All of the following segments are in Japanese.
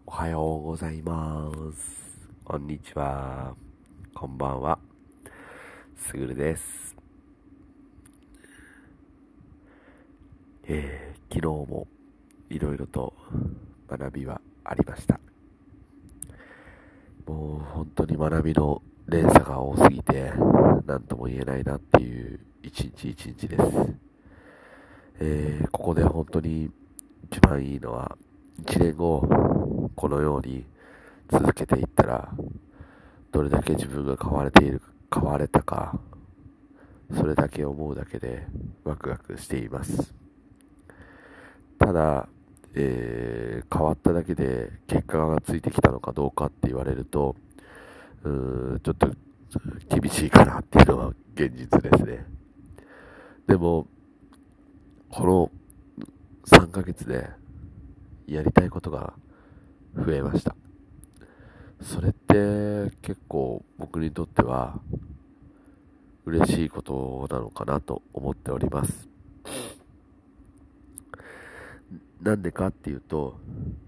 おはようございます。こんにちは。こんばんは。すぐるです。昨日もいろいろと学びはありました。もう本当に学びの連鎖が多すぎて、何とも言えないなっていう一日一日です。ここで本当に一番いいのは、一年後、このように続けていったら、どれだけ自分が変われたか、それだけ思うだけでワクワクしています。ただ、変わっただけで結果がついてきたのかどうかって言われると、ちょっと厳しいかなっていうのは現実ですね。でも、この3ヶ月でやりたいことが増えました。それって結構僕にとっては嬉しいことなのかなと思っております。なんでかっていうと、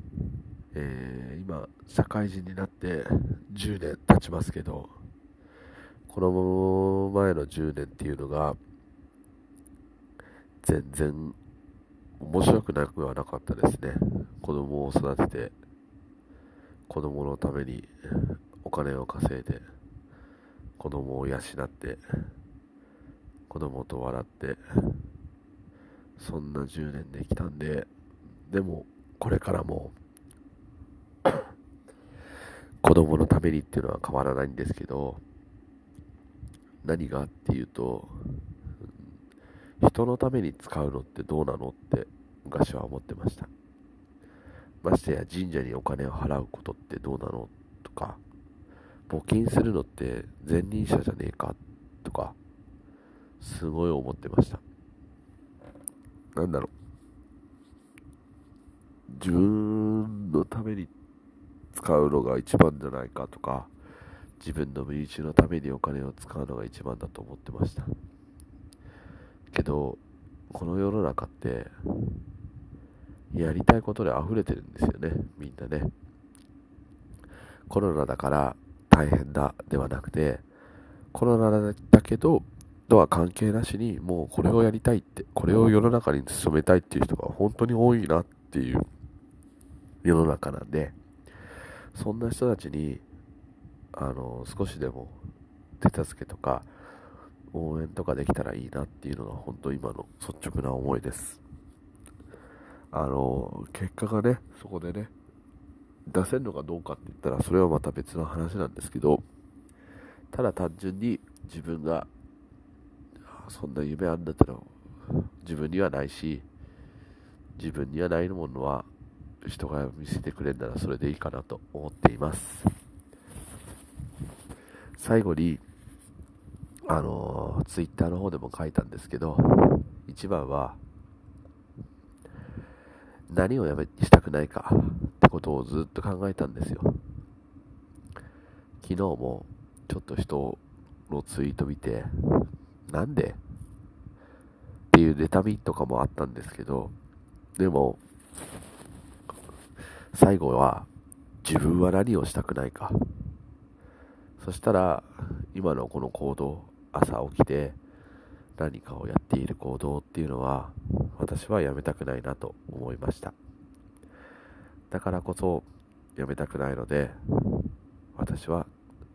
今社会人になって10年経ちますけど、この前の10年っていうのが全然面白くなくはなかったですね。子供を育てて、子供のためにお金を稼いで、子供を養って、子供と笑って、そんな10年できたんで、でもこれからも子供のためにっていうのは変わらないんですけど、何がっていうと、人のために使うのってどうなのって昔は思ってました。ましてや神社にお金を払うことってどうなのとか、募金するのって前任者じゃねえかとか、すごい思ってました。なんだろ自分のために使うのが一番じゃないかとか、自分の身内のためにお金を使うのが一番だと思ってました。けど、この世の中ってやりたいことで溢れてるんですよね、みんなね。コロナだから大変だではなくて、コロナだけどとは関係なしに、もうこれをやりたいって、これを世の中に進めたいっていう人が本当に多いなっていう世の中なんで、そんな人たちに少しでも手助けとか応援とかできたらいいなっていうのが本当今の率直な思いです。結果がね、そこでね、出せるのかどうかって言ったらそれはまた別の話なんですけど、ただ単純に自分がそんな夢あるんだったら自分にはないし、自分にはないものは人が見せてくれるならそれでいいかなと思っています。最後にツイッターの方でも書いたんですけど、一番は何をしたくないかってことをずっと考えたんですよ。昨日もちょっと人のツイート見て、なんでっていう妬みとかもあったんですけど、でも最後は自分は何をしたくないか。そしたら今のこの行動、朝起きて何かをやっている行動っていうのは私はやめたくないなと思いました。だからこそやめたくないので、私は、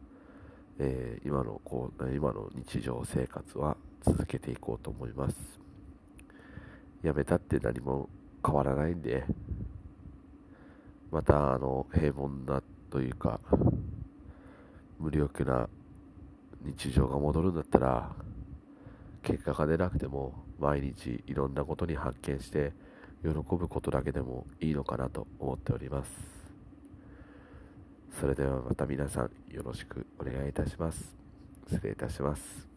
今の日常生活は続けていこうと思います。やめたって何も変わらないんで、また平凡なというか無力な日常が戻るんだったら、結果が出なくても毎日いろんなことに発見して喜ぶことだけでもいいのかなと思っております。それではまた皆さんよろしくお願いいたします。失礼いたします。